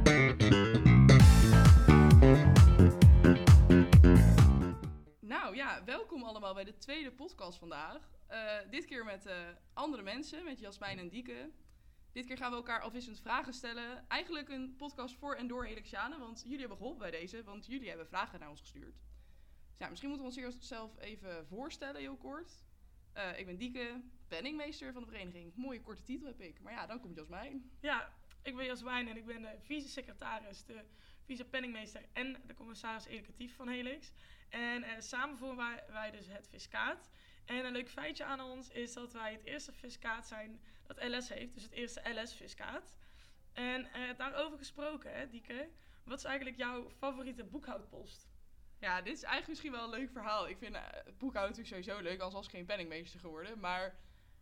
Nou ja, welkom allemaal bij de tweede podcast vandaag. Dit keer met andere mensen, met Jasmijn en Dieke. Dit keer gaan we elkaar afwisselend vragen stellen. Eigenlijk een podcast voor en door Helixianen, want jullie hebben geholpen bij deze, want jullie hebben vragen naar ons gestuurd. Dus ja, misschien moeten we ons eerst zelf even voorstellen, heel kort. Ik ben Dieke, penningmeester van de vereniging. Mooie korte titel heb ik, maar ja, dan komt Jasmijn. Ja, ik ben Jasmijn en ik ben de vice-secretaris, de vice-penningmeester en de commissaris educatief van Helix. En samen voeren wij dus het Fiscaat. En een leuk feitje aan ons is dat wij het eerste Fiscaat zijn dat LS heeft, dus het eerste LS-Fiscaat. En daarover gesproken, hè, Dieke, wat is eigenlijk jouw favoriete boekhoudpost? Ja, dit is eigenlijk misschien wel een leuk verhaal. Ik vind boekhouden natuurlijk sowieso leuk, als was ik geen penningmeester geworden. Maar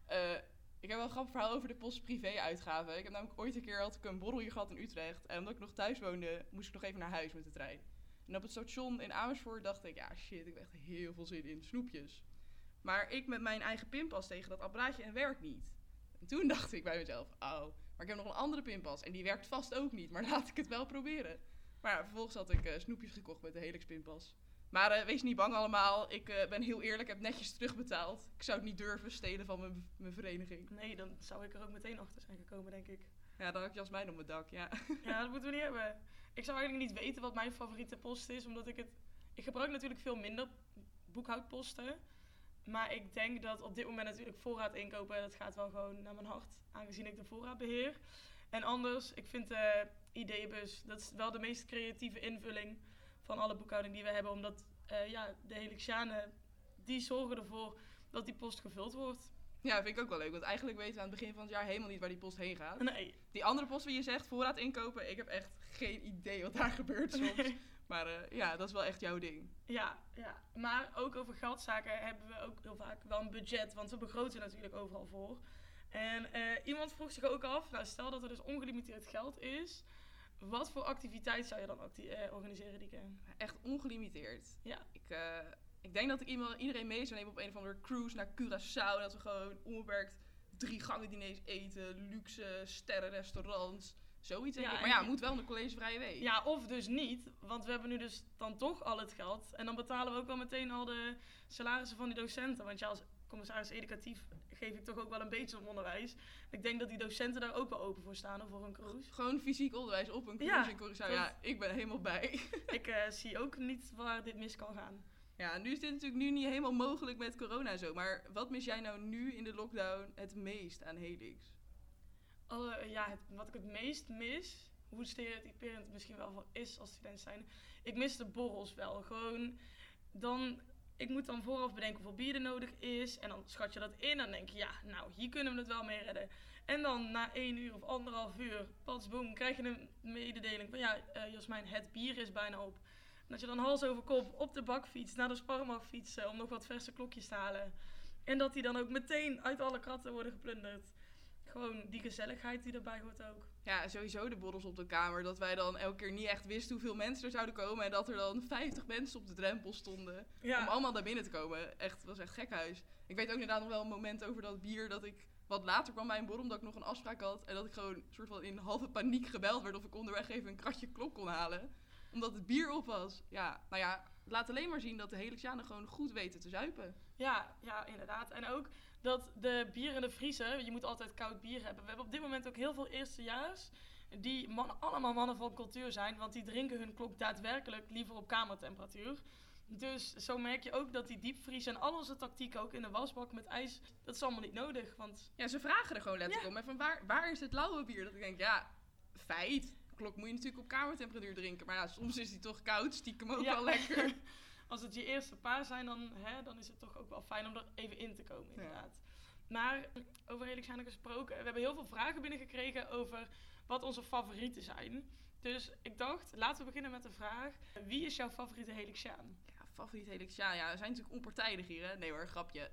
ik heb wel een grappig verhaal over de post-privé-uitgaven. Ik heb namelijk ooit een keer had ik een borrel hier gehad in Utrecht. En omdat ik nog thuis woonde, moest ik nog even naar huis met de trein. En op het station in Amersfoort dacht ik, ja shit, ik heb echt heel veel zin in snoepjes. Maar ik met mijn eigen pinpas tegen dat apparaatje en werkt niet. En toen dacht ik bij mezelf, oh, maar ik heb nog een andere pinpas en die werkt vast ook niet. Maar laat ik het wel proberen. Maar ja, vervolgens had ik snoepjes gekocht met de Helix pinpas. Maar wees niet bang allemaal, ik ben heel eerlijk, heb netjes terugbetaald. Ik zou het niet durven stelen van mijn vereniging. Nee, dan zou ik er ook meteen achter zijn gekomen, denk ik. Ja, dan had ik Jasmijn op mijn dak, ja. Ja, dat moeten we niet hebben. Ik zou eigenlijk niet weten wat mijn favoriete post is, omdat ik gebruik natuurlijk veel minder boekhoudposten. Maar ik denk dat op dit moment natuurlijk voorraad inkopen, dat gaat wel gewoon naar mijn hart, aangezien ik de voorraad beheer. En anders, ik vind de ideebus, dat is wel de meest creatieve invulling van alle boekhouding die we hebben. Omdat de Helixianen, die zorgen ervoor dat die post gevuld wordt. Ja, vind ik ook wel leuk, want eigenlijk weten we aan het begin van het jaar helemaal niet waar die post heen gaat. Nee. Die andere post waar je zegt, voorraad inkopen, ik heb echt geen idee wat daar gebeurt soms. Maar ja, dat is wel echt jouw ding. Ja. Maar ook over geldzaken hebben we ook heel vaak wel een budget, want we begroten natuurlijk overal voor. En iemand vroeg zich ook af, nou, stel dat er dus ongelimiteerd geld is, wat voor activiteit zou je dan organiseren, Dieke? Echt ongelimiteerd. Ja. Ik denk dat ik iedereen mee zou nemen op een of andere cruise naar Curaçao. Dat we gewoon onbeperkt 3 gangen diners eten, luxe sterrenrestaurants, zoiets. Ja, maar ja, het moet wel een collegevrije week. Ja, of dus niet, want we hebben nu dus dan toch al het geld. En dan betalen we ook wel meteen al de salarissen van die docenten. Want ja, als commissaris educatief geef ik toch ook wel een beetje om onderwijs. Ik denk dat die docenten daar ook wel open voor staan, of voor een cruise. Gewoon fysiek onderwijs op een cruise in Curaçao. Ja, ik ben helemaal bij. Ik zie ook niet waar dit mis kan gaan. Ja, nu is dit natuurlijk niet helemaal mogelijk met corona en zo. Maar wat mis jij nou nu in de lockdown het meest aan Helix? Wat ik het meest mis, hoe stereotyperend het misschien wel voor is als student zijn. Ik mis de borrels wel. Gewoon, ik moet dan vooraf bedenken hoeveel bier er nodig is. En dan schat je dat in en dan denk je, ja, nou, hier kunnen we het wel mee redden. En dan na 1 uur of 1,5 uur, patsboom, krijg je een mededeling van, Jasmijn, het bier is bijna op. En dat je dan hals over kop op de bakfiets naar de Sparrenmarkt fietsen om nog wat verse klokjes te halen. En dat die dan ook meteen uit alle kratten worden geplunderd. Gewoon die gezelligheid die erbij hoort ook. Ja, sowieso de borrels op de kamer. Dat wij dan elke keer niet echt wisten hoeveel mensen er zouden komen. En dat er dan 50 mensen op de drempel stonden. Ja. Om allemaal naar binnen te komen. Het was echt gekhuis. Ik weet ook inderdaad nog wel een moment over dat bier dat ik wat later kwam bij een borrel. Omdat ik nog een afspraak had. En dat ik gewoon soort van in halve paniek gebeld werd of ik onderweg even een kratje klok kon halen. Omdat het bier op was. Ja, nou ja, laat alleen maar zien dat de Helixianen gewoon goed weten te zuipen. Ja, inderdaad. En ook dat de bier in de vriezer, je moet altijd koud bier hebben. We hebben op dit moment ook heel veel eerstejaars die allemaal mannen van cultuur zijn, want die drinken hun klok daadwerkelijk liever op kamertemperatuur. Dus zo merk je ook dat die diepvries en al onze tactiek ook in de wasbak met ijs, dat is allemaal niet nodig. Want ja, ze vragen er gewoon letterlijk om. En van waar is het lauwe bier? Dat ik denk, ja, feit. Klok moet je natuurlijk op kamertemperatuur drinken. Maar ja, soms is die toch koud, stiekem ook wel lekker. Als het je eerste paar zijn, dan is het toch ook wel fijn om er even in te komen, inderdaad. Ja. Maar over Helixianen gesproken, we hebben heel veel vragen binnengekregen over wat onze favorieten zijn. Dus ik dacht, laten we beginnen met de vraag, wie is jouw favoriete Helixiaan? Ja, favoriete Helixiaan, ja, we zijn natuurlijk onpartijdig hier, hè? Nee hoor, grapje.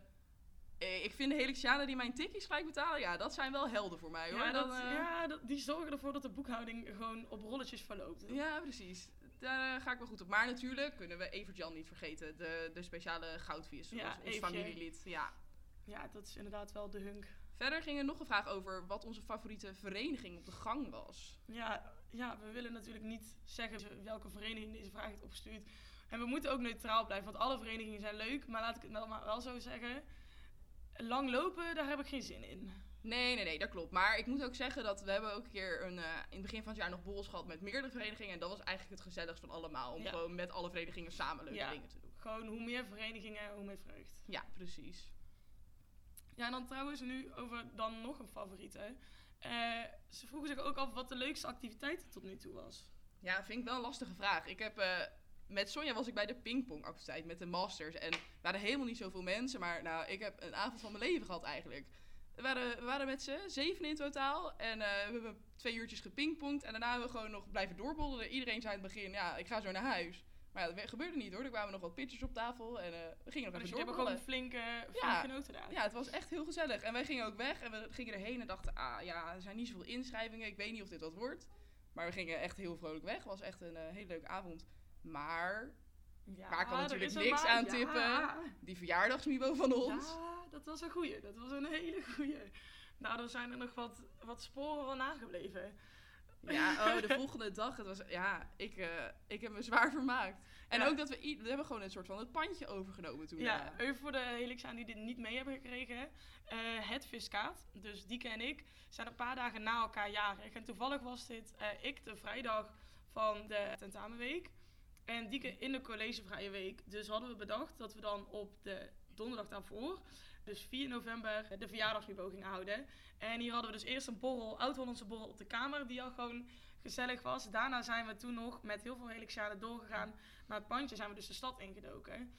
Ik vind de Helixianen die mijn tikkies gelijk betalen, ja, dat zijn wel helden voor mij, hoor. Ja, die zorgen ervoor dat de boekhouding gewoon op rolletjes verloopt. Ja, zoals daar ga ik wel goed op. Maar natuurlijk kunnen we Evert-Jan niet vergeten. De speciale goudvis, ons familielid. Ja, dat is inderdaad wel de hunk. Verder ging er nog een vraag over wat onze favoriete vereniging op de gang was. Ja, ja, we willen natuurlijk niet zeggen welke vereniging deze vraag heeft opgestuurd. En we moeten ook neutraal blijven, want alle verenigingen zijn leuk. Maar laat ik het maar wel zo zeggen. Lang lopen, daar heb ik geen zin in. Nee, dat klopt. Maar ik moet ook zeggen dat we hebben ook een keer in het begin van het jaar nog borrels gehad met meerdere verenigingen. En dat was eigenlijk het gezelligst van allemaal. Om gewoon met alle verenigingen samen leuke dingen te doen. Gewoon hoe meer verenigingen, hoe meer vreugd. Ja, precies. Ja, en dan trouwens nu over dan nog een favoriete. Ze vroegen zich ook af wat de leukste activiteit tot nu toe was. Ja, vind ik wel een lastige vraag. Ik heb... met Sonja was ik bij de pingpongactiviteit met de Masters. En er waren helemaal niet zoveel mensen. Maar nou, ik heb een avond van mijn leven gehad eigenlijk. We waren met z'n 7 in totaal. En we hebben 2 uurtjes gepingpongd. En daarna hebben we gewoon nog blijven doorboddelen. Iedereen zei in het begin, ja, ik ga zo naar huis. Maar ja, dat gebeurde niet hoor. Er kwamen nog wat pitchers op tafel. En we gingen nog even doorbollen. Dus je hebt gewoon flink genoten daar. Ja, het was echt heel gezellig. En wij gingen ook weg. En we gingen erheen en dachten, er zijn niet zoveel inschrijvingen. Ik weet niet of dit wat wordt. Maar we gingen echt heel vrolijk weg. Het was echt een hele leuke avond. Maar waar kan natuurlijk niks aan tippen. Ja. Die verjaardagsmibo van ons. Ja, dat was een goeie. Dat was een hele goeie. Nou, er zijn er nog wat sporen van nagebleven. Ja, de volgende dag. Het was, ik heb me zwaar vermaakt. En ook dat we hebben gewoon een soort van het pandje overgenomen toen. Ja, even voor de Helixaan die dit niet mee hebben gekregen. Het Fiscaat, dus Dieke en ik, zijn een paar dagen na elkaar jarig. En toevallig was dit ik de vrijdag van de tentamenweek. En Dieke in de collegevrije week. Dus hadden we bedacht dat we dan op de donderdag daarvoor, dus 4 november, de verjaardagsniveau gingen houden. En hier hadden we dus eerst een borrel, oud-Hollandse borrel op de kamer, die al gewoon gezellig was. Daarna zijn we toen nog met heel veel Helixianen doorgegaan naar het pandje, zijn we dus de stad ingedoken.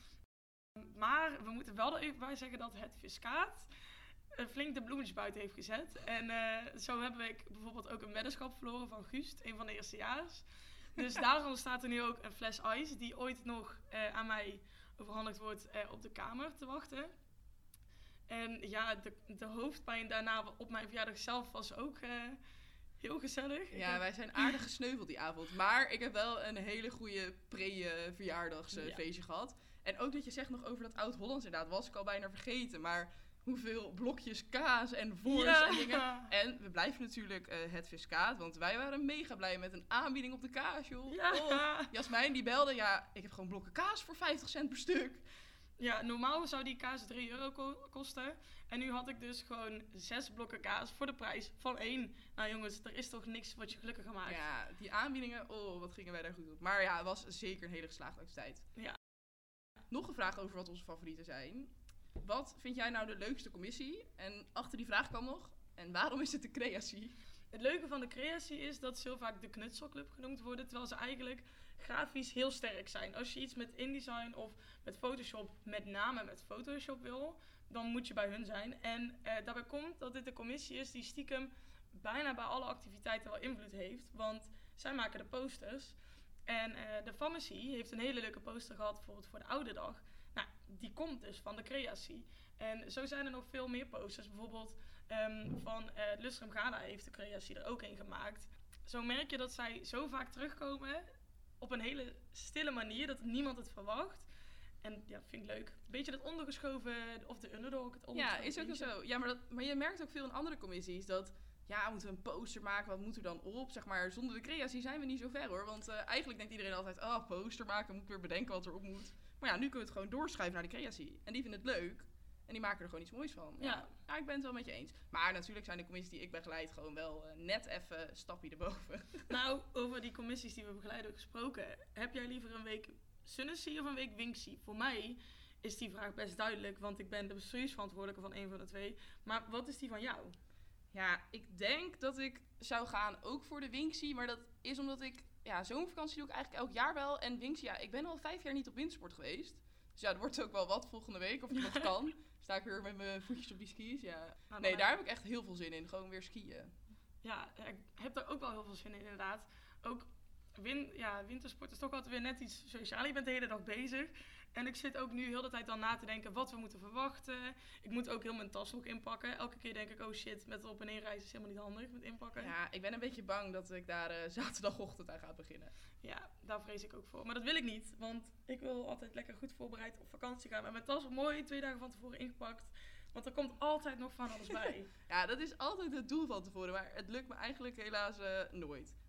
Maar we moeten wel er even bij zeggen dat het Fiscaat flink de bloemetjes buiten heeft gezet. En zo hebben we bijvoorbeeld ook een weddenschap verloren van Guust, een van de eerstejaars. Dus daarom staat er nu ook een fles ijs die ooit nog aan mij overhandigd wordt op de kamer te wachten. En ja, de hoofdpijn daarna op mijn verjaardag zelf was ook heel gezellig. Ja, wij zijn aardig gesneuveld die avond. Maar ik heb wel een hele goede pre-verjaardagsfeestje gehad. En ook dat je zegt nog over dat oud-Hollands inderdaad, was ik al bijna vergeten. Maar hoeveel blokjes kaas en worst en dingen. En we blijven natuurlijk het Fiscaat, want wij waren mega blij met een aanbieding op de kaas, joh. Ja. Oh, Jasmijn die belde, ik heb gewoon blokken kaas voor 50 cent per stuk. Ja, normaal zou die kaas €3 kosten. En nu had ik dus gewoon 6 blokken kaas voor de prijs van 1. Nou jongens, er is toch niks wat je gelukkiger maakt. Ja, die aanbiedingen, wat gingen wij daar goed op. Maar ja, het was zeker een hele geslaagde activiteit. Ja. Nog een vraag over wat onze favorieten zijn. Wat vind jij nou de leukste commissie? En achter die vraag kwam nog, en waarom is het de creatie? Het leuke van de creatie is dat ze heel vaak de knutselclub genoemd worden, terwijl ze eigenlijk grafisch heel sterk zijn. Als je iets met InDesign of met Photoshop, met name met Photoshop wil, dan moet je bij hun zijn. En daarbij komt dat dit een commissie is die stiekem bijna bij alle activiteiten wel invloed heeft, want zij maken de posters. En de Pharmacy heeft een hele leuke poster gehad, bijvoorbeeld voor de Ouderdag. Nou, die komt dus van de creatie. En zo zijn er nog veel meer posters. Bijvoorbeeld van Lustrum Gala heeft de creatie er ook een gemaakt. Zo merk je dat zij zo vaak terugkomen op een hele stille manier, dat niemand het verwacht. En ja, vind ik leuk. Beetje dat ondergeschoven, of de underdog. Ja, is ook zo. Ja, maar je merkt ook veel in andere commissies dat, moeten we een poster maken, wat moet er dan op? Zeg maar, zonder de creatie zijn we niet zo ver hoor. Want eigenlijk denkt iedereen altijd, poster maken, moet ik weer bedenken wat erop moet. Maar ja, nu kunnen we het gewoon doorschrijven naar de creatie. En die vinden het leuk. En die maken er gewoon iets moois van. Ja, ik ben het wel met je eens. Maar natuurlijk zijn de commissies die ik begeleid gewoon wel net even een stapje erboven. Nou, over die commissies die we begeleiden gesproken. Heb jij liever een week Sunnesy of een week Winksy? Voor mij is die vraag best duidelijk, want ik ben de bestuursverantwoordelijke van een van de twee. Maar wat is die van jou? Ja, ik denk dat ik zou gaan ook voor de Winksy. Maar dat is omdat ik, zomervakantie doe ik eigenlijk elk jaar wel. En Winksy, ik ben al 5 jaar niet op wintersport geweest. Dus ja, er wordt ook wel wat volgende week, of ik dat kan. Sta ik weer met mijn voetjes op die skis, Nee, daar heb ik echt heel veel zin in. Gewoon weer skiën. Ja, ik heb daar ook wel heel veel zin in, inderdaad. Ook wintersport is toch altijd weer net iets sociaal. Je bent de hele dag bezig. En ik zit ook nu heel de tijd dan na te denken wat we moeten verwachten. Ik moet ook heel mijn tas nog inpakken. Elke keer denk ik, oh shit, met op en neer reizen is helemaal niet handig met inpakken. Ja, ik ben een beetje bang dat ik daar zaterdagochtend aan ga beginnen. Ja, daar vrees ik ook voor. Maar dat wil ik niet, want ik wil altijd lekker goed voorbereid op vakantie gaan. Met mijn tas mooi 2 dagen van tevoren ingepakt. Want er komt altijd nog van alles bij. Ja, dat is altijd het doel van tevoren. Maar het lukt me eigenlijk helaas nooit.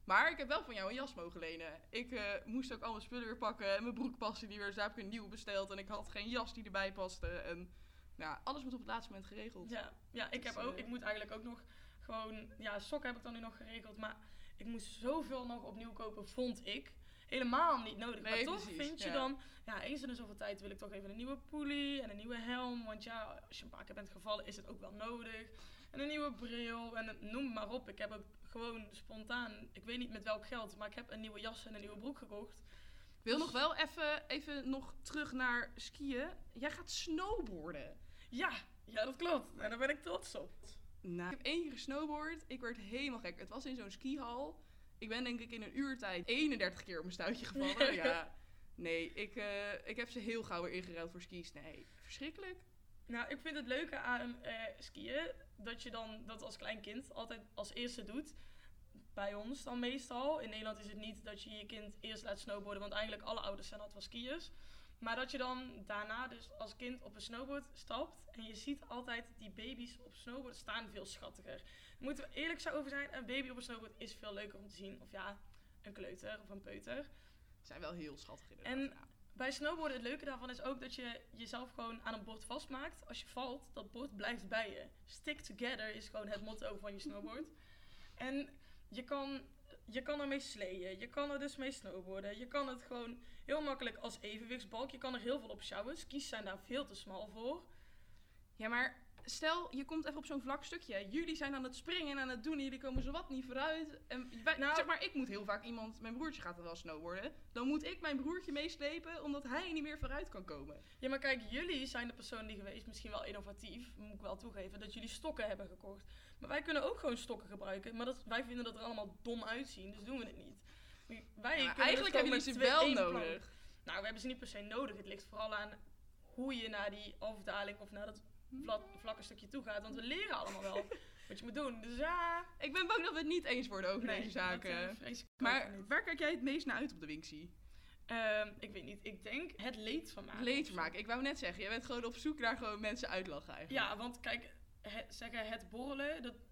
Maar ik heb wel van jou een jas mogen lenen. Ik moest ook al mijn spullen weer pakken en mijn broek paste niet meer. Dus daar heb ik een nieuwe besteld en ik had geen jas die erbij paste. En nou, alles wordt op het laatste moment geregeld. Ja, ik moet eigenlijk ook nog gewoon... Ja, sokken heb ik dan nu nog geregeld, maar ik moest zoveel nog opnieuw kopen, vond ik. Helemaal niet nodig. Nee, maar toch precies, vind je dan... Ja, eens in de zoveel tijd wil ik toch even een nieuwe pulli en een nieuwe helm. Want ja, als je een paar keer bent gevallen, is het ook wel nodig. En een nieuwe bril en noem maar op. Ik heb ook gewoon spontaan, ik weet niet met welk geld, maar ik heb een nieuwe jas en een nieuwe broek gekocht. Ik wil nog wel even nog terug naar skiën. Jij gaat snowboarden. Ja, dat klopt. En daar ben ik trots op. Nou, ik heb 1 keer gesnowboard. Ik werd helemaal gek. Het was in zo'n skihal. Ik ben denk ik in een uurtijd 31 keer op mijn stuitje gevallen. Ja. Nee, ik heb ze heel gauw weer ingeruild voor skis. Nee, verschrikkelijk. Nou, ik vind het leuke aan skiën, dat je dan dat als klein kind altijd als eerste doet. Bij ons dan meestal. In Nederland is het niet dat je je kind eerst laat snowboarden, want eigenlijk alle ouders zijn altijd wel skiers. Maar dat je dan daarna dus als kind op een snowboard stapt en je ziet altijd die baby's op snowboard staan veel schattiger. Moeten we eerlijk zo over zijn, een baby op een snowboard is veel leuker om te zien. Of ja, een kleuter of een peuter. Zijn wel heel schattig inderdaad. En bij snowboarden, het leuke daarvan is ook dat je jezelf gewoon aan een bord vastmaakt. Als je valt, dat bord blijft bij je. Stick together is gewoon het motto van je snowboard. En je kan ermee sleeën, je kan er dus mee snowboarden. Je kan het gewoon heel makkelijk als evenwichtsbalk. Je kan er heel veel op sjouwen. Skis zijn daar veel te smal voor. Ja, maar stel, je komt even op zo'n vlak stukje. Jullie zijn aan het springen en aan het doen en jullie komen zowat niet vooruit. En zeg maar, ik moet heel vaak mijn broertje gaat er wel snowboarden. Dan moet ik mijn broertje meeslepen, omdat hij niet meer vooruit kan komen. Ja, maar kijk, jullie zijn de persoon die geweest, misschien wel innovatief, moet ik wel toegeven, dat jullie stokken hebben gekocht. Maar wij kunnen ook gewoon stokken gebruiken, maar wij vinden dat er allemaal dom uitzien, dus doen we het niet. Eigenlijk hebben jullie ze wel nodig. Nou, we hebben ze niet per se nodig. Het ligt vooral aan hoe je naar die afdaling of naar dat vlakke stukje toe gaat. Want we leren allemaal wel wat je moet doen. Dus ja... Ik ben bang dat we het niet eens worden over deze zaken. Maar waar kijk jij het meest naar uit op de Winxie? Ik weet niet. Ik denk het leedvermaak. Leedvermaak. Ik wou net zeggen, je bent gewoon op zoek naar gewoon mensen uitlachen eigenlijk. Ja, want kijk, het borrelen, dat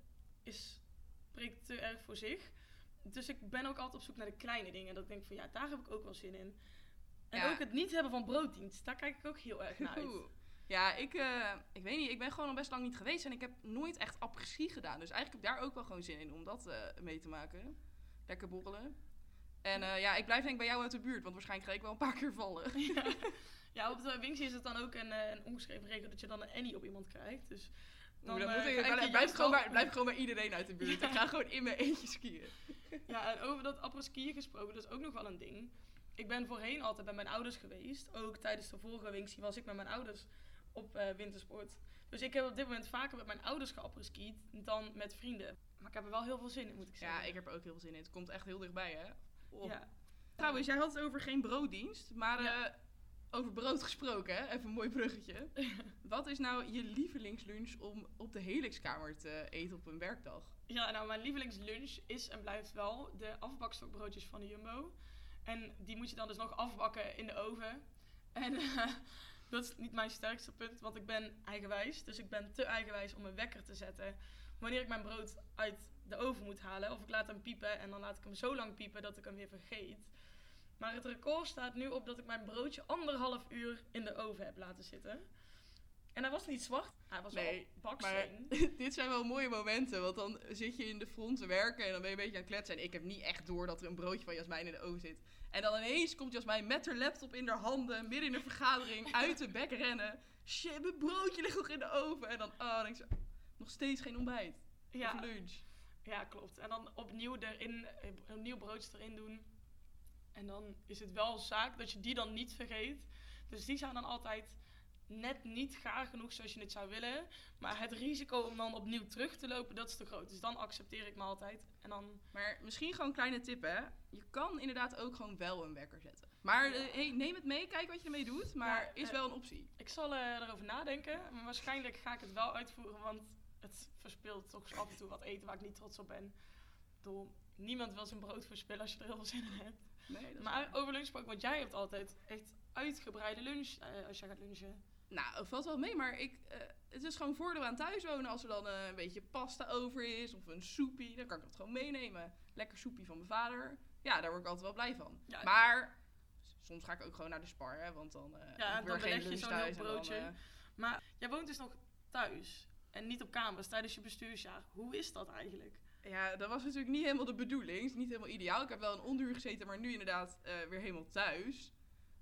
spreekt te erg voor zich. Dus ik ben ook altijd op zoek naar de kleine dingen. Dat ik denk van ja, daar heb ik ook wel zin in. En ook het niet hebben van brooddienst, daar kijk ik ook heel erg naar uit. Ja, ik weet niet, ik ben gewoon al best lang niet geweest en ik heb nooit echt après-ski gedaan. Dus eigenlijk heb ik daar ook wel gewoon zin in om dat mee te maken. Lekker borrelen. En ik blijf denk ik bij jou uit de buurt, want waarschijnlijk ga ik wel een paar keer vallen. Ja, op de Winxie is het dan ook een ongeschreven regel dat je dan een Annie op iemand krijgt. Dus dan blijf gewoon bij iedereen uit de buurt. Ik ga gewoon in mijn eentje skiën. Ja, en over dat après-skiën gesproken, dat is ook nog wel een ding. Ik ben voorheen altijd bij mijn ouders geweest. Ook tijdens de vorige Winxie was ik met mijn ouders op wintersport. Dus ik heb op dit moment vaker met mijn ouders geapres-skied dan met vrienden. Maar ik heb er wel heel veel zin in, moet ik zeggen. Ja, ik heb er ook heel veel zin in. Het komt echt heel dichtbij, hè? Oh. Ja. Trouwens, jij had het over geen brooddienst, maar over brood gesproken, hè? Even een mooi bruggetje. Wat is nou je lievelingslunch om op de Helixkamer te eten op een werkdag? Ja, nou, mijn lievelingslunch is en blijft wel de afbakstokbroodjes van de Jumbo. En die moet je dan dus nog afbakken in de oven. En dat is niet mijn sterkste punt, want ik ben eigenwijs. Dus ik ben te eigenwijs om een wekker te zetten wanneer ik mijn brood uit de oven moet halen. Of ik laat hem piepen en dan laat ik hem zo lang piepen dat ik hem weer vergeet. Maar het record staat nu op dat ik mijn broodje 1,5 uur in de oven heb laten zitten. En hij was niet zwart, hij was wel baksteen. Maar dit zijn wel mooie momenten, want dan zit je in de front te werken en dan ben je een beetje aan het kletsen. En ik heb niet echt door dat er een broodje van Jasmijn in de oven zit. En dan ineens komt Jasmijn met haar laptop in haar handen, midden in een vergadering, uit de bek rennen. Shit, mijn broodje ligt nog in de oven. En dan denk ik zo, nog steeds geen ontbijt. Ja. Of lunch. Ja, klopt. En dan opnieuw een nieuw broodje erin doen. En dan is het wel zaak dat je die dan niet vergeet. Dus die zijn dan altijd net niet gaar genoeg zoals je het zou willen. Maar het risico om dan opnieuw terug te lopen, dat is te groot. Dus dan accepteer ik me altijd. En dan... Maar misschien gewoon een kleine tip, hè. Je kan inderdaad ook gewoon wel een wekker zetten. Maar neem het mee, kijk wat je ermee doet. Maar is wel een optie. Ik zal erover nadenken. Maar waarschijnlijk ga ik het wel uitvoeren. Want het verspilt toch af en toe wat eten waar ik niet trots op ben. Niemand wil zijn brood verspillen als je er heel veel zin in hebt. Nee, dat maar over lunch gesproken, want jij hebt altijd echt uitgebreide lunch als jij gaat lunchen. Nou, het valt wel mee, maar het is gewoon voordeel aan thuiswonen. Als er dan een beetje pasta over is of een soepie, dan kan ik dat gewoon meenemen. Lekker soepie van mijn vader. Ja, daar word ik altijd wel blij van. Ja. Maar soms ga ik ook gewoon naar de Spar, hè, want dan Ja, dan beleg je zo'n heel en dan, broodje. Maar jij woont dus nog thuis en niet op kamers tijdens je bestuursjaar. Hoe is dat eigenlijk? Ja, dat was natuurlijk niet helemaal de bedoeling. Het is niet helemaal ideaal. Ik heb wel een onderhuur gezeten, maar nu inderdaad weer helemaal thuis.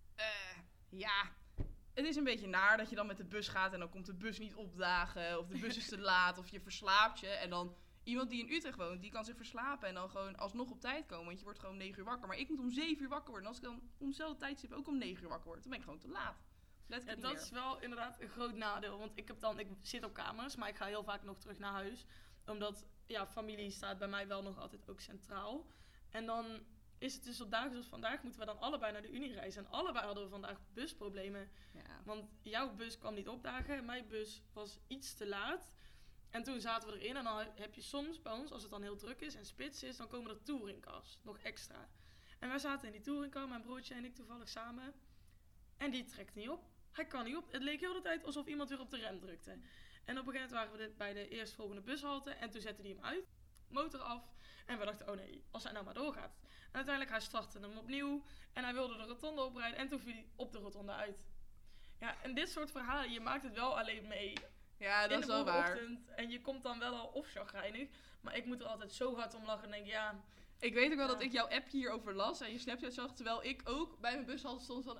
Ja, het is een beetje naar dat je dan met de bus gaat en dan komt de bus niet opdagen. Of de bus is te laat of je verslaapt je. En dan iemand die in Utrecht woont, die kan zich verslapen en dan gewoon alsnog op tijd komen. Want je wordt gewoon om 9 uur wakker. Maar ik moet om 7 uur wakker worden. En als ik dan om dezelfde tijdstip ook om 9 uur wakker word, dan ben ik gewoon te laat. Ja, dat is wel inderdaad een groot nadeel. Want ik zit op kamers, maar ik ga heel vaak nog terug naar huis. Omdat, familie staat bij mij wel nog altijd ook centraal. En dan is het dus op dagen zoals vandaag moeten we dan allebei naar de Unie reizen. En allebei hadden we vandaag busproblemen. Ja. Want jouw bus kwam niet opdagen. Mijn bus was iets te laat. En toen zaten we erin. En dan heb je soms bij ons, als het dan heel druk is en spits is, dan komen er touringcars. Nog extra. En wij zaten in die touringcar, mijn broertje en ik toevallig samen. En die trekt niet op. Hij kan niet op. Het leek heel de tijd alsof iemand weer op de rem drukte. En op een gegeven moment waren we bij de eerstvolgende bushalte. En toen zette hij hem uit. Motor af. En we dachten, oh nee, als hij nou maar doorgaat. En uiteindelijk, hij startte hem opnieuw. En hij wilde de rotonde oprijden. En toen viel hij op de rotonde uit. Ja, en dit soort verhalen, je maakt het wel alleen mee. Ja, dat is wel waar. En je komt dan wel al chagrijnig. Maar ik moet er altijd zo hard om lachen en denk, ja... Ik weet ook wel dat ik jouw appje hierover las en je Snapchat zag. Terwijl ik ook bij mijn bushalte stond van...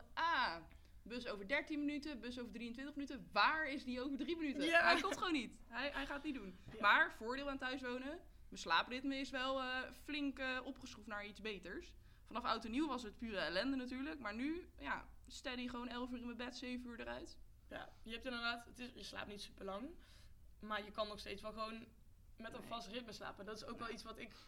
bus over 13 minuten, bus over 23 minuten. Waar is die over 3 minuten? Ja. Hij komt gewoon niet. Hij gaat het niet doen. Ja. Maar voordeel aan thuiswonen. Mijn slaapritme is wel flink opgeschroefd naar iets beters. Vanaf oud en nieuw was het pure ellende natuurlijk. Maar nu, steady gewoon 11 uur in mijn bed, 7 uur eruit. Ja, je hebt inderdaad... je slaapt niet super lang. Maar je kan nog steeds wel gewoon met een vast ritme slapen. Dat is ook wel iets wat ik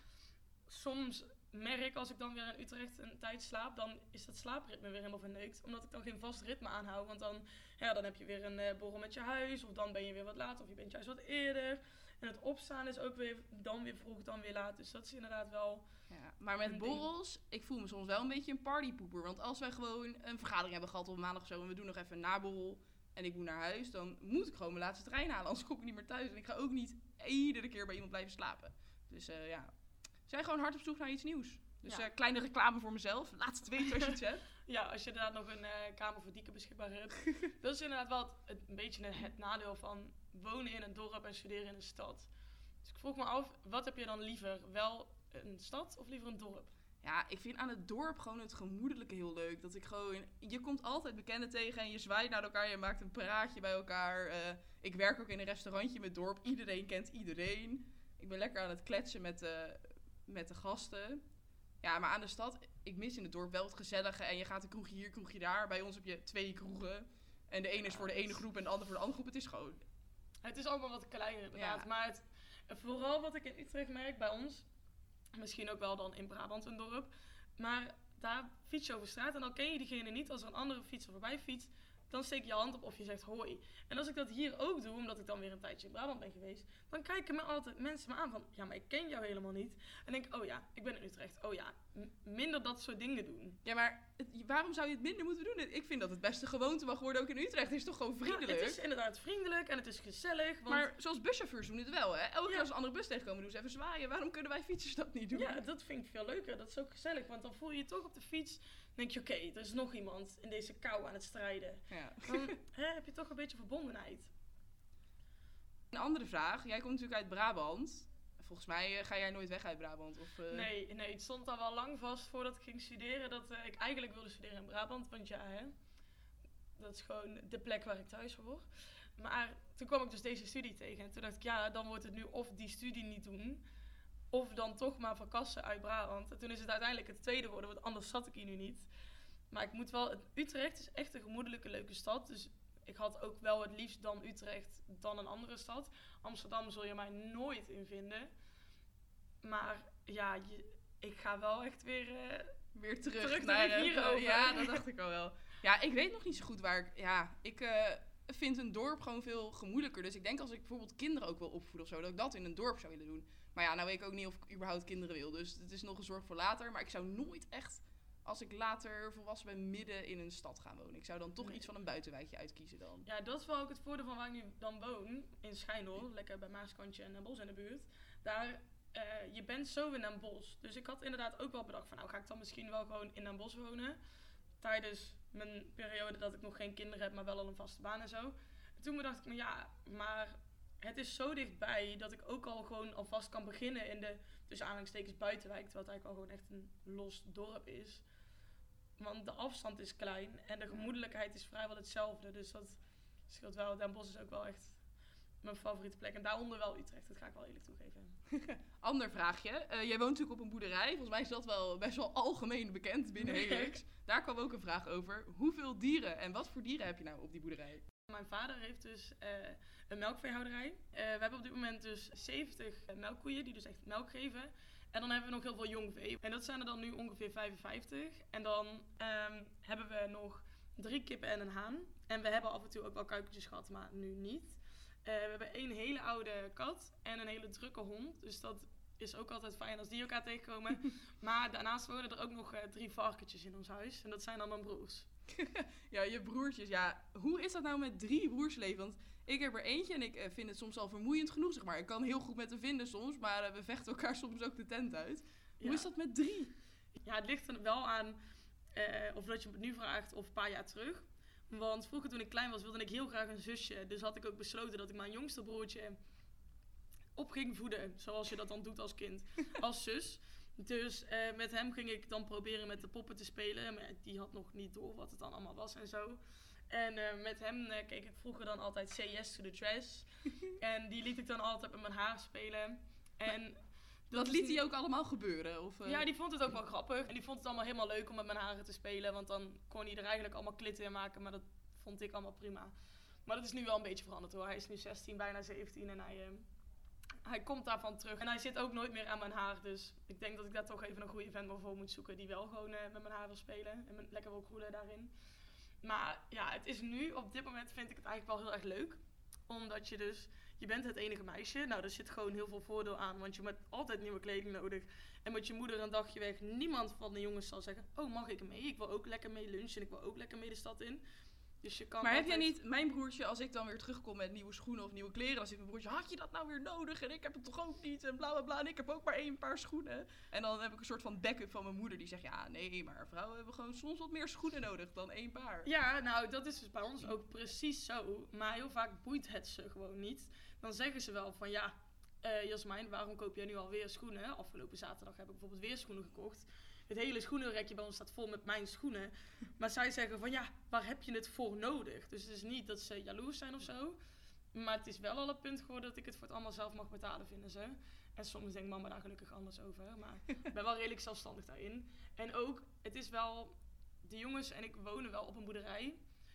soms merk als ik dan weer in Utrecht een tijd slaap. Dan is dat slaapritme weer helemaal verneukt. Omdat ik dan geen vast ritme aanhoud. Want dan heb je weer een borrel met je huis. Of dan ben je weer wat later. Of je bent juist wat eerder. En het opstaan is ook weer dan weer vroeg, dan weer laat. Dus dat is inderdaad wel... Ja, maar met borrels, ik voel me soms wel een beetje een partypoeper. Want als wij gewoon een vergadering hebben gehad op maandag of zo... en we doen nog even een naborrel en ik moet naar huis... dan moet ik gewoon mijn laatste trein halen. Anders kom ik niet meer thuis. En ik ga ook niet iedere keer bij iemand blijven slapen. Dus zijn gewoon hard op zoek naar iets nieuws. Dus kleine reclame voor mezelf. Laatste twee als je het hebt. Ja, als je inderdaad nog een kamer voor dieken beschikbaar hebt. Dat is inderdaad wel een beetje het nadeel van wonen in een dorp en studeren in een stad. Dus ik vroeg me af, wat heb je dan liever? Wel een stad of liever een dorp? Ja, ik vind aan het dorp gewoon het gemoedelijke heel leuk. Dat ik gewoon... Je komt altijd bekenden tegen en je zwaait naar elkaar. Je maakt een praatje bij elkaar. Ik werk ook in een restaurantje in het dorp. Iedereen kent iedereen. Ik ben lekker aan het kletsen met de gasten. Ja, maar aan de stad, ik mis in het dorp wel het gezellige. En je gaat een kroegje hier, kroegje daar. Bij ons heb je 2 kroegen. En de ene is voor de ene groep en de andere voor de andere groep. Het is gewoon... Het is allemaal wat kleiner inderdaad. Ja. Maar vooral wat ik in Utrecht merk bij ons... Misschien ook wel dan in Brabant een dorp. Maar daar fiets je over straat en dan ken je diegene niet. Als er een andere fietser voorbij fietst, dan steek je je hand op of je zegt hoi. En als ik dat hier ook doe, omdat ik dan weer een tijdje in Brabant ben geweest, dan kijken me altijd mensen me aan van, ja, maar ik ken jou helemaal niet. En denk, oh ja, ik ben in Utrecht. Oh ja, minder dat soort dingen doen. Ja, maar waarom zou je het minder moeten doen? Ik vind dat het beste gewoonte mag worden ook in Utrecht. Het is toch gewoon vriendelijk? Ja, het is inderdaad vriendelijk en het is gezellig. Want... Maar zoals buschauffeurs doen het wel, hè? Elke keer als een andere bus tegenkomen, doen ze even zwaaien. Waarom kunnen wij fietsers dat niet doen? Ja, dat vind ik veel leuker. Dat is ook gezellig, want dan voel je je toch op de fiets... denk je, oké, er is nog iemand in deze kou aan het strijden. Ja. Dan heb je toch een beetje verbondenheid. Een andere vraag. Jij komt natuurlijk uit Brabant. Volgens mij ga jij nooit weg uit Brabant? Of, Nee, het stond al wel lang vast voordat ik ging studeren... dat ik eigenlijk wilde studeren in Brabant. Want dat is gewoon de plek waar ik thuis hoor. Maar toen kwam ik dus deze studie tegen. En toen dacht ik, ja, dan wordt het nu of die studie niet doen... of dan toch maar verkassen uit Brabant. En toen is het uiteindelijk het tweede geworden, want anders zat ik hier nu niet. Maar ik moet wel... Utrecht is echt een gemoedelijke, leuke stad. Dus ik had ook wel het liefst dan Utrecht dan een andere stad. Amsterdam zul je mij nooit in vinden. Maar ja, ik ga wel echt weer terug naar hierover. Ja, dat dacht ik al wel. Ja, ik weet nog niet zo goed waar ik... Ja, ik vind een dorp gewoon veel gemoedelijker. Dus ik denk als ik bijvoorbeeld kinderen ook wil opvoeden of zo... dat ik dat in een dorp zou willen doen. Maar ja, nou weet ik ook niet of ik überhaupt kinderen wil. Dus het is nog een zorg voor later. Maar ik zou nooit echt als ik later volwassen ben midden in een stad gaan wonen. Ik zou dan toch iets van een buitenwijkje uitkiezen dan. Ja, dat is wel ook het voordeel van waar ik nu dan woon. In Schijndel, lekker bij Maaskantje en Den Bosch in de buurt. Daar, je bent zo in Den Bosch. Dus ik had inderdaad ook wel bedacht van, nou ga ik dan misschien wel gewoon in Den Bosch wonen. Tijdens mijn periode dat ik nog geen kinderen heb, maar wel al een vaste baan en zo. En toen dacht ik me, ja, maar het is zo dichtbij dat ik ook al gewoon alvast kan beginnen in de, tussen aanhalingstekens, buitenwijk. Terwijl het eigenlijk al gewoon echt een los dorp is. Want de afstand is klein en de gemoedelijkheid is vrijwel hetzelfde. Dus dat scheelt wel. Den Bosch is ook wel echt mijn favoriete plek. En daaronder wel Utrecht, dat ga ik wel eerlijk toegeven. Ander vraagje. Jij woont natuurlijk op een boerderij. Volgens mij is dat wel best wel algemeen bekend binnen Helix. Daar kwam ook een vraag over. Hoeveel dieren en wat voor dieren heb je nou op die boerderij? Mijn vader heeft dus een melkveehouderij. We hebben op dit moment dus 70 melkkoeien die dus echt melk geven. En dan hebben we nog heel veel jong vee. En dat zijn er dan nu ongeveer 55. En dan hebben we nog 3 kippen en een haan. En we hebben af en toe ook wel kuikentjes gehad, maar nu niet. We hebben 1 hele oude kat en een hele drukke hond. Dus dat is ook altijd fijn als die elkaar tegenkomen. Maar daarnaast wonen er ook nog 3 varkentjes in ons huis. En dat zijn dan mijn broers. Ja, je broertjes. Ja, hoe is dat nou met 3 broers leven? Want ik heb er eentje en ik vind het soms al vermoeiend genoeg, zeg maar. Ik kan heel goed met hem vinden soms, maar we vechten elkaar soms ook de tent uit. Hoe is dat met 3? Ja, het ligt er wel aan of dat je me nu vraagt of een paar jaar terug. Want vroeger toen ik klein was wilde ik heel graag een zusje. Dus had ik ook besloten dat ik mijn jongste broertje op ging voeden. Zoals je dat dan doet als kind. Als zus. Dus met hem ging ik dan proberen met de poppen te spelen. Maar die had nog niet door wat het dan allemaal was en zo. En met hem keek ik vroeger dan altijd Say Yes to the Trash. En die liet ik dan altijd met mijn haar spelen. En dat liet hij ook allemaal gebeuren? Of, Ja, die vond het ook wel grappig. En die vond het allemaal helemaal leuk om met mijn haren te spelen. Want dan kon hij er eigenlijk allemaal klitten in maken. Maar dat vond ik allemaal prima. Maar dat is nu wel een beetje veranderd hoor. Hij is nu 16, bijna 17 en hij komt daarvan terug. En hij zit ook nooit meer aan mijn haar. Dus ik denk dat ik daar toch even een goede vent voor moet zoeken. Die wel gewoon met mijn haar wil spelen. En lekker wil kroelen daarin. Maar ja, het is nu, op dit moment vind ik het eigenlijk wel heel erg leuk. Omdat je bent het enige meisje. Nou, er zit gewoon heel veel voordeel aan. Want je hebt altijd nieuwe kleding nodig. En met je moeder een dagje weg. Niemand van de jongens zal zeggen, oh mag ik mee? Ik wil ook lekker mee lunchen en ik wil ook lekker mee de stad in. Dus je kan maar altijd... heb jij niet, mijn broertje, als ik dan weer terugkom met nieuwe schoenen of nieuwe kleren, dan zit mijn broertje, had je dat nou weer nodig? En ik heb het toch ook niet? En bla bla bla. En ik heb ook maar 1 paar schoenen. En dan heb ik een soort van backup van mijn moeder die zegt, ja nee, maar vrouwen hebben gewoon soms wat meer schoenen nodig dan 1 paar. Ja, nou dat is dus bij ons ook precies zo. Maar heel vaak boeit het ze gewoon niet. Dan zeggen ze wel van ja, Jasmijn, waarom koop jij nu alweer schoenen? Afgelopen zaterdag heb ik bijvoorbeeld weer schoenen gekocht. Het hele schoenenrekje bij ons staat vol met mijn schoenen. Maar zij zeggen van ja, waar heb je het voor nodig? Dus het is niet dat ze jaloers zijn of zo. Maar het is wel al een punt geworden dat ik het voor het allemaal zelf mag betalen, vinden ze. En soms denkt mama daar gelukkig anders over. Maar ik ben wel redelijk zelfstandig daarin. En ook, het is wel, de jongens en ik wonen wel op een boerderij.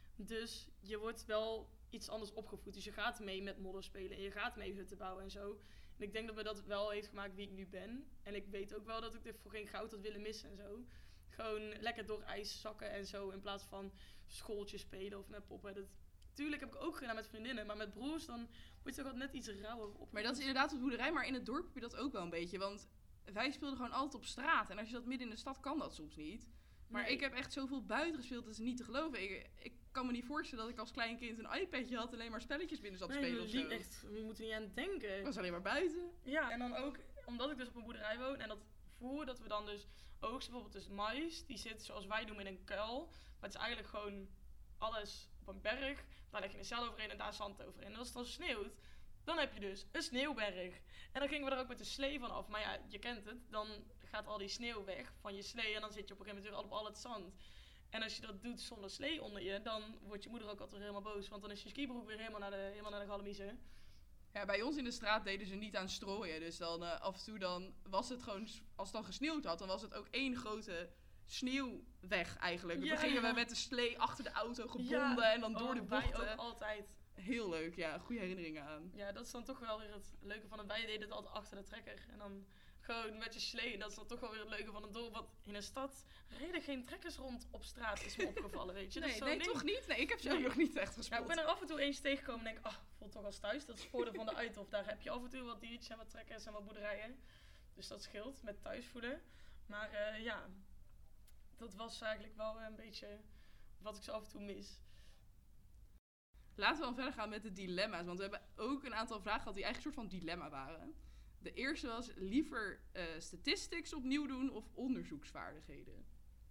Dus je wordt wel iets anders opgevoed. Dus je gaat mee met modder spelen en je gaat mee hutten bouwen en zo. En ik denk dat me dat wel heeft gemaakt wie ik nu ben. En ik weet ook wel dat ik dit voor geen goud had willen missen en zo. Gewoon lekker door ijs zakken en zo. In plaats van schooltjes spelen of met poppen. Tuurlijk heb ik ook gedaan met vriendinnen. Maar met broers dan word je toch net iets rauwer op. Maar dat is inderdaad op boerderij. Maar in het dorp heb je dat ook wel een beetje. Want wij speelden gewoon altijd op straat. En als je dat midden in de stad kan dat soms niet. Maar nee. Ik heb echt zoveel buiten gespeeld, dat is niet te geloven. Ik kan me niet voorstellen dat ik als klein kind een iPadje had, alleen maar spelletjes binnen zat te spelen of zo. Echt, we moeten niet aan denken. Ik was alleen maar buiten. Ja, en dan ook, omdat ik dus op een boerderij woon en dat voer, dat we dan dus oogsten, bijvoorbeeld dus mais, die zit zoals wij doen in een kuil. Maar het is eigenlijk gewoon alles op een berg. Daar leg je een cel overheen en daar zand overheen. En als het dan sneeuwt, dan heb je dus een sneeuwberg. En dan gingen we er ook met de slee van af. Maar ja, je kent het, dan gaat al die sneeuw weg van je slee en dan zit je op een gegeven moment weer op al het zand. En als je dat doet zonder slee onder je, dan wordt je moeder ook altijd helemaal boos. Want dan is je skibroek weer helemaal naar de gallemiezen. Ja, bij ons in de straat deden ze niet aan strooien. Dus dan af en toe dan was het gewoon, als het dan gesneeuwd had, dan was het ook één grote sneeuwweg eigenlijk. Ja. Dan gingen we met de slee achter de auto gebonden en dan door de bochten. Wij ook altijd. Heel leuk, ja. Goede herinneringen aan. Ja, dat is dan toch wel weer het leuke van het. Wij deden het altijd achter de trekker. En dan gewoon met je slee. Dat is dan toch wel weer het leuke van het dorp. Want in een stad reden geen trekkers rond op straat, is me opgevallen, weet je. Nee, toch niet? Nee, ik heb ze ook nog niet echt gespeeld. Ja, ik ben er af en toe eens tegengekomen en denk, voelt toch als thuis. Dat is het voordeel van de Uithof. Daar heb je af en toe wat diertjes en wat trekkers en wat boerderijen. Dus dat scheelt met thuisvoeden. Maar ja, dat was eigenlijk wel een beetje wat ik zo af en toe mis. Laten we dan verder gaan met de dilemma's. Want we hebben ook een aantal vragen gehad die eigenlijk een soort van dilemma waren. De eerste was liever statistics opnieuw doen of onderzoeksvaardigheden?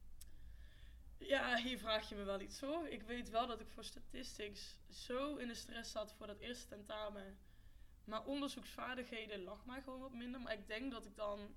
Ja, hier vraag je me wel iets hoor. Ik weet wel dat ik voor statistics zo in de stress zat voor dat eerste tentamen. Maar onderzoeksvaardigheden lag mij gewoon wat minder. Maar ik denk dat ik dan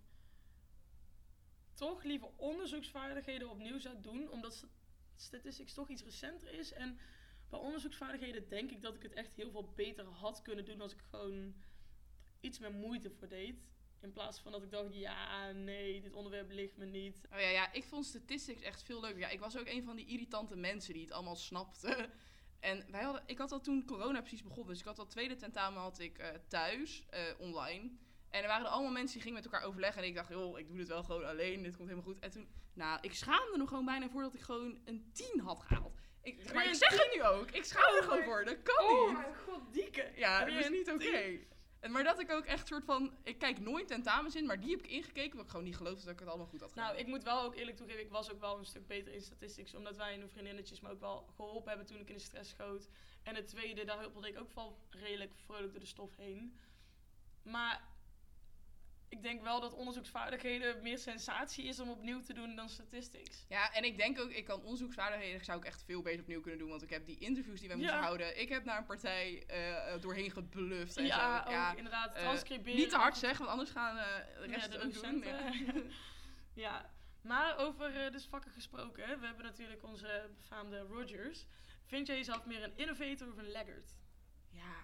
toch liever onderzoeksvaardigheden opnieuw zou doen. Omdat statistics toch iets recenter is. En bij onderzoeksvaardigheden denk ik dat ik het echt heel veel beter had kunnen doen als ik gewoon iets meer moeite voor deed. In plaats van dat ik dacht, ja, nee, dit onderwerp ligt me niet. Oh ja, ik vond statistics echt veel leuker. Ja, ik was ook een van die irritante mensen die het allemaal snapten. En ik had al toen corona precies begonnen. Dus ik had al tweede tentamen had ik thuis, online. En er waren allemaal mensen die gingen met elkaar overleggen. En ik dacht, joh, ik doe dit wel gewoon alleen. Dit komt helemaal goed. En toen, ik schaamde me gewoon bijna voor dat ik gewoon een 10 had gehaald. Maar ik zeg het nu ook. Ik schaam me er gewoon voor. Dat kan niet. Oh mijn god, dieke. Ja, dat is niet oké. Maar dat ik ook echt soort van... Ik kijk nooit tentamens in, maar die heb ik ingekeken. Omdat ik gewoon niet geloofde dat ik het allemaal goed had gedaan. Nou, ik moet wel ook eerlijk toegeven, ik was ook wel een stuk beter in statistics. Omdat wij en de vriendinnetjes me ook wel geholpen hebben toen ik in de stress schoot. En het tweede, daar huppelde ik ook wel redelijk vrolijk door de stof heen. Maar ik denk wel dat onderzoeksvaardigheden meer sensatie is om opnieuw te doen dan statistics. Ja, en ik denk ook, ik kan onderzoeksvaardigheden zou ik echt veel beter opnieuw kunnen doen. Want ik heb die interviews die wij moesten houden. Ik heb naar een partij doorheen gebluft en ja, zo. Ja, ook inderdaad. Transcriberen. Niet te hard zeggen, want anders gaan de rest de het ook doen. Ja. Ja, maar over dus vakken gesproken. We hebben natuurlijk onze befaamde Rogers. Vind jij jezelf meer een innovator of een laggard? Ja,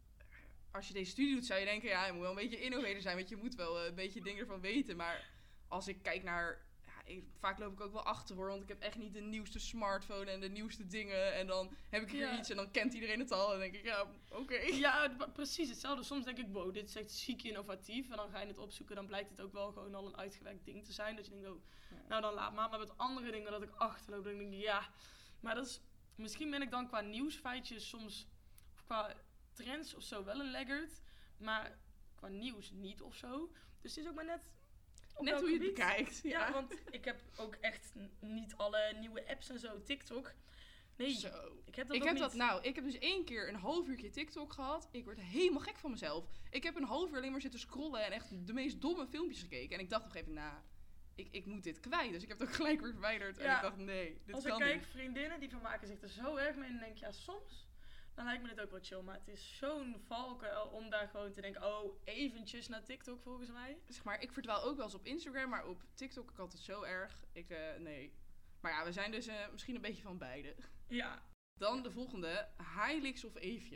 als je deze studie doet zou je denken, ja, je moet wel een beetje innovator zijn. Want je moet wel een beetje dingen ervan weten. Maar als ik kijk naar... vaak loop ik ook wel achter hoor, want ik heb echt niet de nieuwste smartphone en de nieuwste dingen. En dan heb ik hier iets en dan kent iedereen het al. En dan denk ik, ja, oké. Ja, precies hetzelfde. Soms denk ik, wow, dit is echt ziek innovatief. En dan ga je het opzoeken, dan blijkt het ook wel gewoon al een uitgewerkt ding te zijn. Dat je denkt, nou dan laat maar. Maar met andere dingen dat ik achterloop, dan denk ik, ja. Maar dat is, misschien ben ik dan qua nieuwsfeitjes soms, of qua trends of zo wel een laggard. Maar qua nieuws niet of zo. Dus het is ook maar net hoe je het bekijkt. Ja, want ik heb ook echt niet alle nieuwe apps en zo. TikTok. Nee, zo. Ik heb dus 1 keer een half uurtje TikTok gehad. Ik word helemaal gek van mezelf. Ik heb een half uur alleen maar zitten scrollen en echt de meest domme filmpjes gekeken. En ik dacht op een gegeven moment, ik moet dit kwijt. Dus ik heb het ook gelijk weer verwijderd. En ik dacht, nee, dit kan niet. Als ik kijk, vriendinnen die vermaken zich er zo erg mee. En dan denk ik, ja, soms... Dan lijkt me dit ook wel chill, maar het is zo'n valkuil om daar gewoon te denken, eventjes naar TikTok volgens mij. Zeg maar, ik verdwaal ook wel eens op Instagram, maar op TikTok ik altijd zo erg. Nee. Maar ja, we zijn dus misschien een beetje van beide. Ja. Dan de volgende, Hilix of Eefje?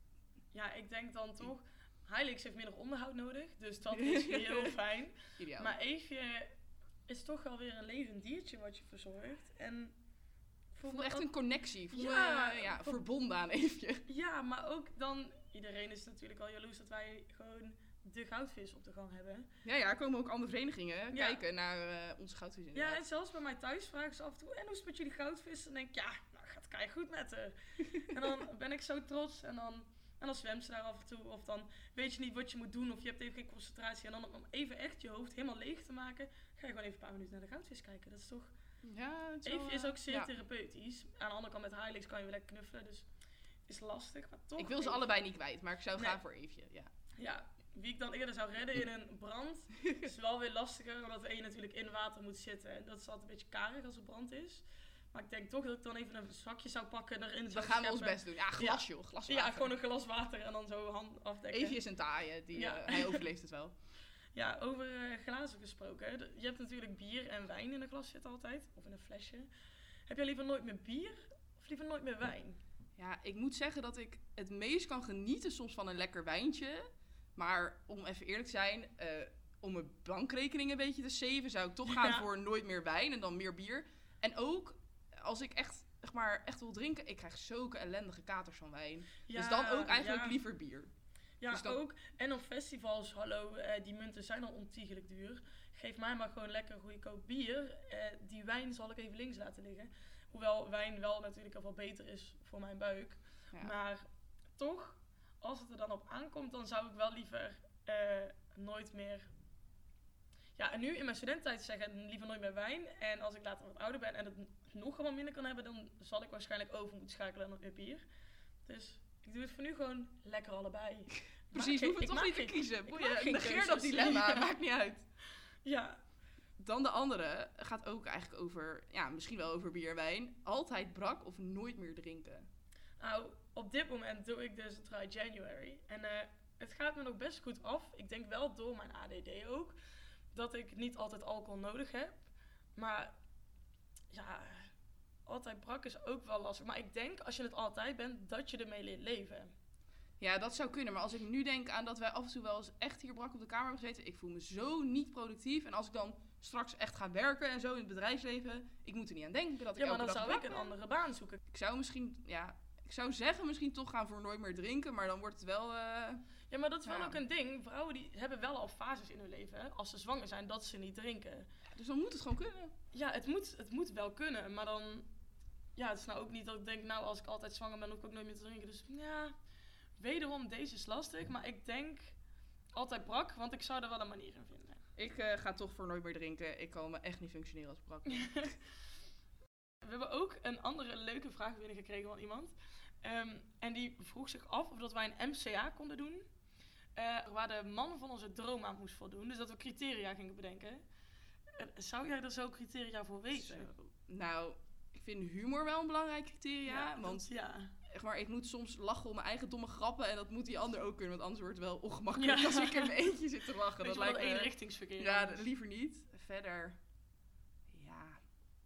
Ja, ik denk dan toch, Hilix heeft minder onderhoud nodig, dus dat is heel fijn. Ideaal. Maar Eefje is toch wel weer een levend diertje wat je verzorgt. En ik voel echt een connectie. Ja, verbonden aan Eefje. Ja, maar ook dan... Iedereen is natuurlijk al jaloers dat wij gewoon de goudvis op de gang hebben. Ja, er komen ook andere verenigingen kijken naar onze goudvis inderdaad. Ja, en zelfs bij mij thuis vragen ze af en toe... En hoe is het met jullie goudvis? En dan denk ik, gaat keigoed met haar. En dan ben ik zo trots. En dan zwemt ze daar af en toe. Of dan weet je niet wat je moet doen. Of je hebt even geen concentratie. En dan om even echt je hoofd helemaal leeg te maken... Ga je gewoon even een paar minuten naar de goudvis kijken. Dat is toch... Ja, Eefje is ook zeer therapeutisch. Aan de andere kant met Hilix kan je weer lekker knuffelen, dus is lastig, maar toch... Ik wil ze allebei niet kwijt, maar ik zou gaan voor Eefje, Ja, wie ik dan eerder zou redden in een brand, is wel weer lastiger, omdat de een natuurlijk in water moet zitten. En dat is altijd een beetje karig als er brand is. Maar ik denk toch dat ik dan even een zakje zou pakken en erin zou scheppen. We gaan ons best doen. Ja, glas joh, glas water. Ja, gewoon een glas water en dan zo hand afdekken. Eefje is een taaie, hij overleeft het wel. Ja, over glazen gesproken. Je hebt natuurlijk bier en wijn in een glas zitten altijd. Of in een flesje. Heb jij liever nooit meer bier of liever nooit meer wijn? Ja, ik moet zeggen dat ik het meest kan genieten soms van een lekker wijntje. Maar om even eerlijk te zijn, om mijn bankrekening een beetje te saven, zou ik toch gaan voor nooit meer wijn en dan meer bier. En ook, als ik echt wil drinken, ik krijg zulke ellendige katers van wijn. Ja, dus dan ook eigenlijk liever bier. Ja, dus dan... ook. En op festivals, die munten zijn al ontiegelijk duur. Geef mij maar gewoon lekker goedkoop bier. Die wijn zal ik even links laten liggen. Hoewel wijn wel natuurlijk al wel beter is voor mijn buik. Ja. Maar toch, als het er dan op aankomt, dan zou ik wel liever nooit meer... Ja, en nu in mijn studententijd zeggen liever nooit meer wijn. En als ik later wat ouder ben en het nog wat minder kan hebben, dan zal ik waarschijnlijk over moeten schakelen naar bier. Dus ik doe het voor nu gewoon lekker allebei. Precies, we hoeven toch niet te kiezen. Negeer keuzes. dat dilemma, Ja. maakt niet uit. Ja, Dan de andere gaat ook eigenlijk over, ja, misschien wel over bier en wijn. Altijd brak of nooit meer drinken. nou, op dit moment doe ik dus Dry January. En het gaat me nog best goed af. Ik denk wel door mijn ADD ook, dat ik niet altijd alcohol nodig heb. Maar ja, altijd brak is ook wel lastig. Maar ik denk, als je het altijd bent, dat je ermee leert leven. Ja, dat zou kunnen. Maar als ik nu denk aan dat wij af en toe wel eens echt hier brak op de kamer hebben gezeten. Ik voel me zo niet productief. En als ik dan straks echt ga werken en zo in het bedrijfsleven. Ik moet er niet aan denken dat ik Ja, maar elke dan dag zou ik brak een ben. andere baan zoeken. Ik zou misschien, ja, ik zou zeggen misschien toch gaan voor nooit meer drinken. Maar dan wordt het wel... Ja, maar dat is wel Ja. ook een ding. Vrouwen die hebben wel al fases in hun leven, hè, als ze zwanger zijn, dat ze niet drinken. dus dan moet het gewoon kunnen. Ja, het moet wel kunnen, maar dan... Ja, het is nou ook niet dat ik denk, nou, als ik altijd zwanger ben, hoef ik ook nooit meer te drinken. Dus ja, wederom, deze is lastig. Maar ik denk altijd brak, want ik zou er wel een manier in vinden. Ik ga toch voor nooit meer drinken. Ik kan me echt niet functioneren als brak. We hebben ook een andere leuke vraag binnengekregen van iemand. En die vroeg zich af of dat wij een MCA konden doen. Waar de man van onze droom aan moest voldoen. Dus dat we criteria gingen bedenken. Zou jij er zo criteria voor weten? Zo. Nou, ik vind humor wel een belangrijk criteria. Want ja. echt maar, ik moet soms lachen om mijn eigen domme grappen. En dat moet die ander ook kunnen. Want anders wordt het wel ongemakkelijk Ja. als ik in mijn eentje zit te lachen. Weet Dat je wel, lijkt dat me... eenrichtingsverkeer. Ja, is. liever niet. Verder... Ja...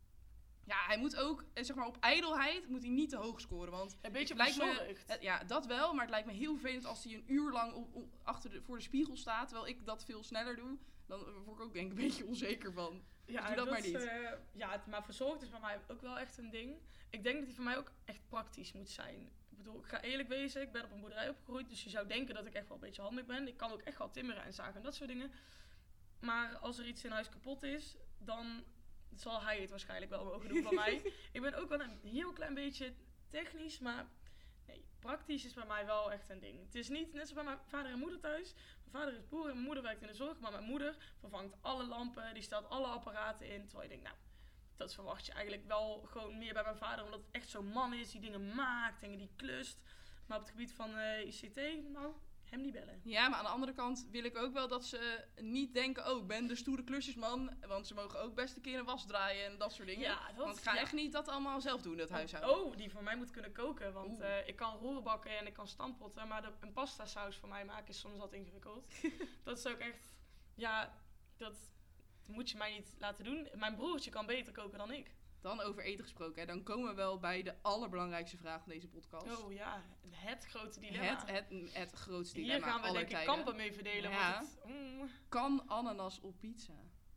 Ja, hij moet ook, zeg maar, op ijdelheid moet hij niet te hoog scoren. Want Een beetje het lijkt me- bezorgd. ja, dat wel. Maar het lijkt me heel vervelend als hij een uur lang voor de spiegel staat. Terwijl ik dat veel sneller doe. Dan word ik ook denk ik een beetje onzeker van. Ja, doe dat maar is, niet. maar verzorgd is bij mij ook wel echt een ding. Ik denk dat die voor mij ook echt praktisch moet zijn. Ik bedoel, ik ga eerlijk wezen, ik ben op een boerderij opgegroeid, dus je zou denken dat ik echt wel een beetje handig ben. Ik kan ook echt wel timmeren en zagen en dat soort dingen. Maar als er iets in huis kapot is, dan zal hij het waarschijnlijk wel mogen doen van mij. Ik ben ook wel een heel klein beetje technisch, maar nee, praktisch is bij mij wel echt een ding. Het is niet net zoals bij mijn vader en moeder thuis. Mijn vader is boer en mijn moeder werkt in de zorg, maar mijn moeder vervangt alle lampen, die stelt alle apparaten in. Terwijl je denkt, nou, dat verwacht je eigenlijk wel gewoon meer bij mijn vader, omdat het echt zo'n man is die dingen maakt en die klust. Maar op het gebied van ICT, nou, hem niet bellen. Ja, maar aan de andere kant wil ik ook wel dat ze niet denken... Oh, ik ben de stoere klusjesman. Want ze mogen ook best een keer een was draaien en dat soort dingen. Ja, dat, Want ik ga ja. echt niet dat allemaal zelf doen, dat huishouden. Oh, die van mij moet kunnen koken. Want ik kan roeren bakken en ik kan stampotten. Maar een pasta saus voor mij maken is soms wat ingewikkeld. Dat is ook echt... Ja, dat moet je mij niet laten doen. Mijn broertje kan beter koken dan ik. Dan over eten gesproken. Hè. Dan komen we wel bij de allerbelangrijkste vraag van deze podcast. Oh ja, het grote dilemma. Het grootste dilemma Hier gaan we aller denk ik tijden. kampen mee verdelen. Ja. Want Kan ananas op pizza?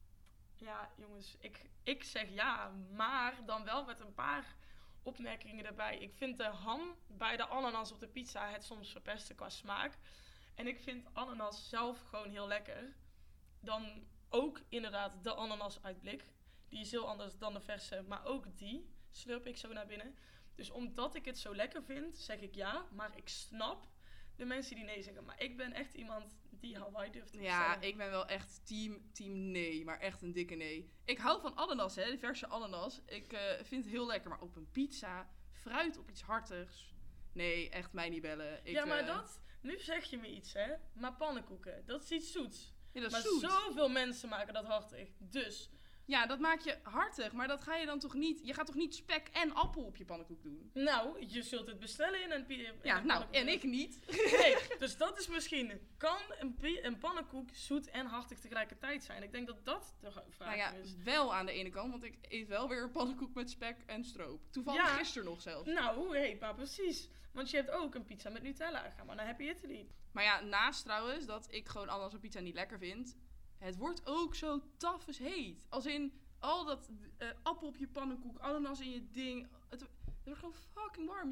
ja, jongens, ik zeg ja. Maar dan wel met een paar opmerkingen erbij. Ik vind de ham bij de ananas op de pizza het soms verpesten qua smaak. En ik vind ananas zelf gewoon heel lekker. Dan ook inderdaad de ananas uit blik. Die is heel anders dan de verse, maar ook die slurp ik zo naar binnen. Dus omdat ik het zo lekker vind, zeg ik ja. Maar ik snap de mensen die nee zeggen. Maar ik ben echt iemand die Hawaii durft te Ja, bestellen. ik ben wel echt team nee. Maar echt een dikke nee. Ik hou van ananas, hè. De verse ananas. Ik vind het heel lekker. Maar op een pizza, fruit op iets hartigs. Nee, echt mij niet bellen. Ja, maar dat... Nu zeg je me iets, hè. Maar pannenkoeken, dat is iets zoets. Ja, dat Maar is zoet. zoveel mensen maken dat hartig. Dus... Ja, dat maak je hartig. Maar dat ga je dan toch niet... Je gaat toch niet spek en appel op je pannenkoek doen? Nou, je zult het bestellen in een Ja, nou, pannenkoek. en ik niet. Nee, dus dat is misschien... Kan een pannenkoek zoet en hartig tegelijkertijd zijn? Ik denk dat dat de vraag Nou ja, is. wel aan de ene kant, want ik eet wel weer een pannenkoek met spek en stroop. Toevallig Ja. gisteren nog zelfs. Nou, hé, maar precies. Want je hebt ook een pizza met Nutella. Ga maar naar Happy Italy. Maar ja, naast trouwens dat ik gewoon ananas op pizza niet lekker vind. Het wordt ook zo tafels heet. Als in al dat appel op je pannenkoek, ananas in je ding. Het wordt gewoon fucking warm.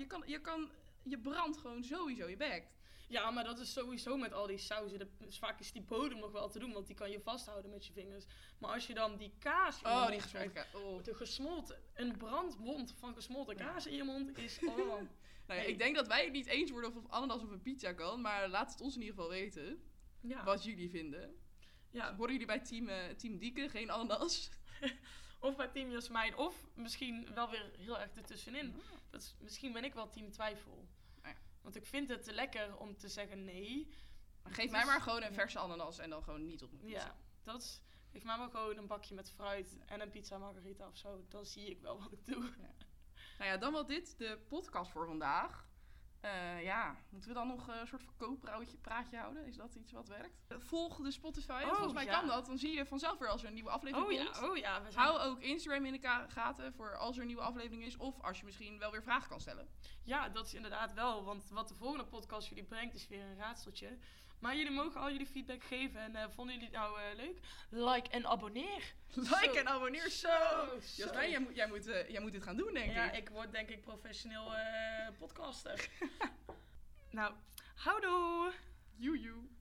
Je brandt gewoon sowieso je bek. Ja, maar dat is sowieso met al die sauzen. Vaak is die bodem nog wel te doen, want die kan je vasthouden met je vingers. Maar als je dan die kaas in je Oh, mond die gesmolten krijgt, kaas. Oh. de gesmolten, een brandwond van gesmolten kaas in je mond is... Oh. Nou ja, Hey. ik denk dat wij het niet eens worden of ananas op een pizza kan. Maar laat het ons in ieder geval weten. Ja. Wat jullie vinden. Ja. Dus horen jullie bij team Dieke, geen ananas? Of bij team Jasmijn. Of misschien wel weer heel erg ertussenin. Misschien ben ik wel team twijfel. Ja. Want ik vind het te lekker om te zeggen nee. Geef mij maar gewoon een verse ananas en dan gewoon niet op mijn pizza. Ja, geef mij maar gewoon een bakje met fruit en een pizza margarita of zo. Dan zie ik wel wat ik doe. Ja. Nou ja, dan wel dit, de podcast voor vandaag. Moeten we dan nog een soort van kooppraatje houden? Is dat iets wat werkt? Volg de Spotify, volgens mij kan dat. Dan zie je vanzelf weer als er een nieuwe aflevering komt. Oh ja. Hou ook Instagram in de gaten voor als er een nieuwe aflevering is. Of als je misschien wel weer vragen kan stellen. Ja, dat is inderdaad wel. Want wat de volgende podcast jullie brengt is weer een raadseltje. Maar jullie mogen al jullie feedback geven. En vonden jullie het nou leuk? Like en abonneer. Like en abonneer. Zo. Jasmijn, jij moet dit gaan doen, denk ik. Ja, ik word denk ik professioneel podcaster. Nou, houdoe. Joejoe.